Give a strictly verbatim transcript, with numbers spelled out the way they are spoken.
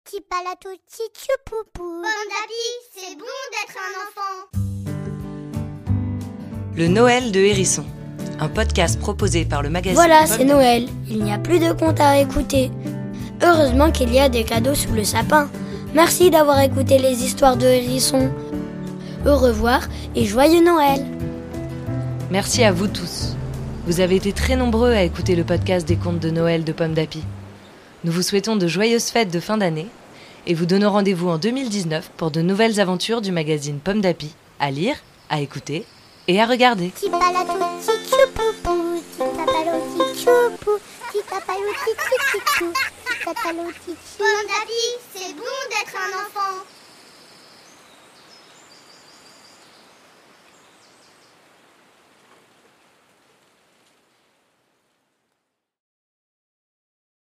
Petit palato, petit tchoupoupou. Pomme d'Api, c'est bon d'être un enfant. Le Noël de Hérisson, un podcast proposé par le magazine. Voilà, c'est Noël. Il n'y a plus de contes à écouter. Heureusement qu'il y a des cadeaux sous le sapin. Merci d'avoir écouté les histoires de Hérisson. Au revoir et joyeux Noël. Merci à vous tous. Vous avez été très nombreux à écouter le podcast des contes de Noël de Pomme d'Api. Nous vous souhaitons de joyeuses fêtes de fin d'année et vous donnons rendez-vous en deux mille dix-neuf pour de nouvelles aventures du magazine Pomme d'Api, à lire, à écouter et à regarder. Petit palato, petit tchoupoupou, petit papalo, petit tchoupou, petit papalo, petit tchou, petit papalo, petit tchou. Pomme d'Api.